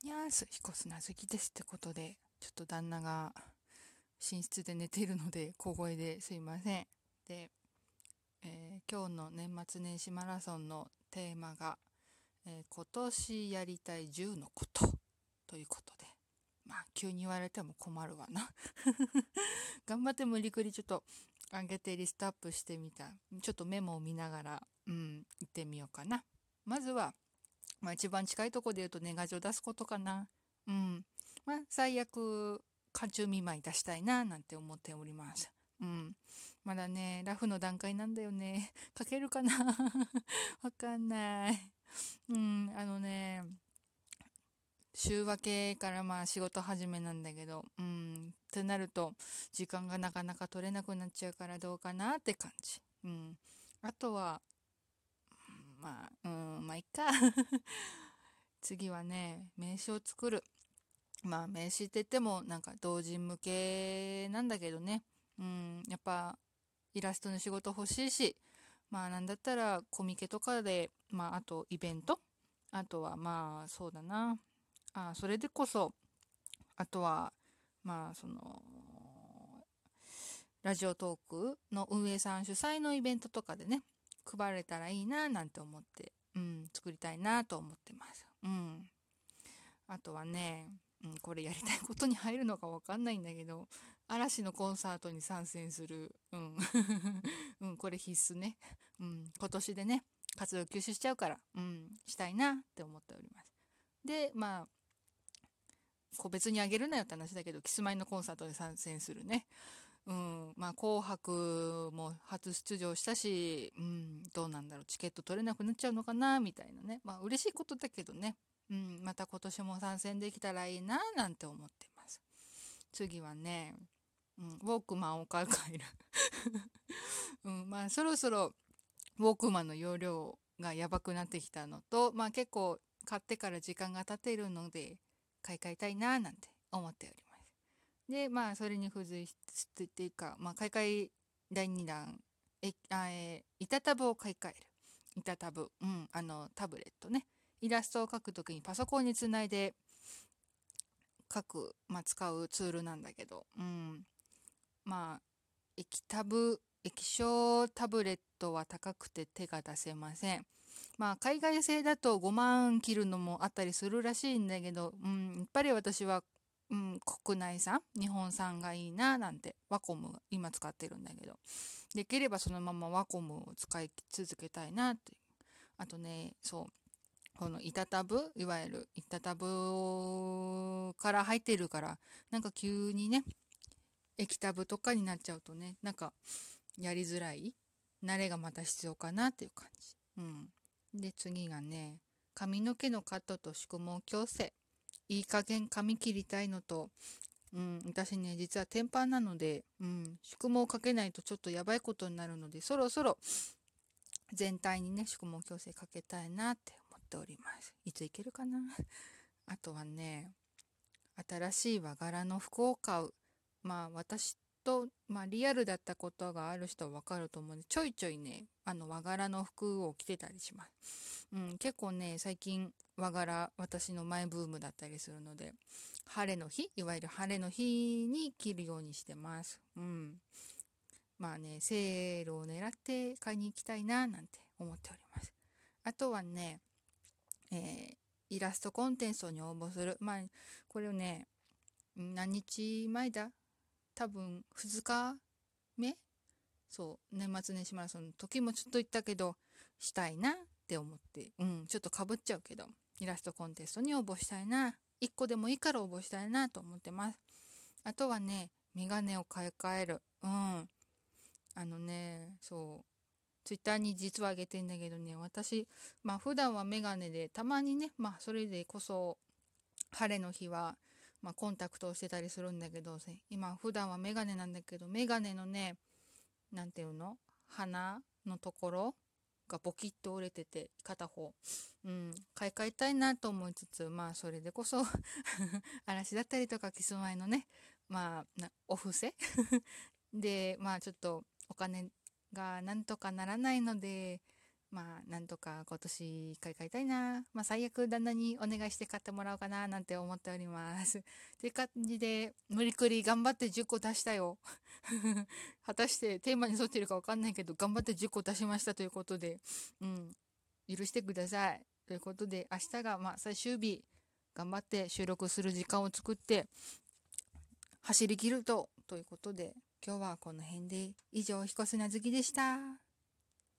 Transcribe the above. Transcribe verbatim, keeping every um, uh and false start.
いやーす、彦砂好きですってことで、ちょっと旦那が寝室で寝ているので、小声ですいません。で、えー今日の年末年始マラソンのテーマが、えー今年やりたいじゅうのことということで、まあ、急に言われても困るわな。頑張って無理くりちょっと上げてリストアップしてみた。ちょっとメモを見ながら、うん、行ってみようかな。まずは、まあ、一番近いところで言うと年賀状出すことかな。うん。まあ、最悪、寒中見舞い出したいな、なんて思っております。うん。まだね、ラフの段階なんだよね。書けるかなわかんない。うん、あのね、週明けからまあ仕事始めなんだけど、うん、ってなると、時間がなかなか取れなくなっちゃうからどうかなって感じ。うん。あとは、まあ、うん、まあ、いっか。次はね、名刺を作る。まあ名刺って言ってもなんか同人向けなんだけどね。うん、やっぱイラストの仕事欲しいし、まあなんだったらコミケとかで、まああとイベント、あとはまあそうだな。あ、それでこそ、あとはまあその、ラジオトークの運営さん主催のイベントとかでね、配れたらいいななんて思って、うん、作りたいなと思ってます。うん。あとはね、うん、これやりたいことに入るのかわかんないんだけど、嵐のコンサートに参戦する。うん。うん、これ必須ね。うん、今年でね、活動休止しちゃうから、うん、したいなって思っております。で、まあ、個別にあげるなよって話だけど、キスマイのコンサートで参戦するね。うん、まあ、紅白も初出場したし、うん、どうなんだろう、チケット取れなくなっちゃうのかな、みたいなね。まあ、嬉しいことだけどね。うん、また今年も参戦できたらいいな、なんて思ってます。次はね、うん、ウォークマンを買い替える。うん、まあ、そろそろウォークマンの容量がやばくなってきたのと、まあ結構買ってから時間が経っているので、買い替えたいな、なんて思っております。で、まあ、それに付随してっていうか、まあ、買い替えだいにだん、え、あ、えー、板タブを買い替える。板タブ。うん、あの、タブレットね。イラストを描くときにパソコンにつないで描く、まあ、使うツールなんだけど、うん。まあ、液タブ、液晶タブレットは高くて手が出せません。まあ、海外製だとごまん切るのもあったりするらしいんだけど、うん、やっぱり私は、うん、国内産、日本産がいいな、なんて、ワコム、今使ってるんだけど、できればそのままワコムを使い続けたいなって。あとね、そう、この板タブ、いわゆる板タブから入ってるから、なんか急にね、液タブとかになっちゃうとね、なんかやりづらい、慣れがまた必要かなっていう感じ。うん。で、次がね、髪の毛のカットと宿毛矯正。いい加減髪切りたいのと、うん、私ね、実は天パなので、うん、宿毛かけないとちょっとやばいことになるので、そろそろ全体にね、宿毛矯正かけたいなって思っております。いついけるかな。あとはね、新しい和柄の服を買う。まあ私と、まあ、リアルだったことがある人はわかると思うんで、ちょいちょいね、あの和柄の服を着てたりします。うん、結構ね、最近和柄、私のマイブームだったりするので、晴れの日、いわゆる晴れの日に着るようにしてます。うん。まあね、セールを狙って買いに行きたいな、なんて思っております。あとはね、えーイラストコンテンツに応募する。まあ、これをね、何日前だ多分ふつかめ、そう、年末年始マラソンの時もちょっと言ったけど、したいなって思って、うん、ちょっとかぶっちゃうけど、イラストコンテストに応募したいな。いっこでもいいから応募したいなと思ってます。あとはね、メガネを買い替える。うん。あのね、そう、ツイッターに実はあげてんだけどね、私、まあ普段はメガネで、たまにね、まあそれでこそ、晴れの日は、まあ、コンタクトをしてたりするんだけど、今普段はメガネなんだけど、メガネのね、なんていうの、鼻のところがボキッと折れてて、片方。うん、買い替えたいなと思いつつ、まあそれでこそ嵐だったりとかキスマイのね、まあなお布施で、まあちょっとお金がなんとかならないので、 まあなんとか今年一回買いたいな。まあ最悪旦那にお願いして買ってもらおうかななんて思っております。っていう感じで無理くり頑張ってじゅっこ出したよ。果たしてテーマに沿っているかわかんないけど頑張ってじゅっこ出しましたということで、うん、許してください。ということで明日がまあ最終日、頑張って収録する時間を作って走り切るとということで、今日はこの辺で以上、彦砂月でした。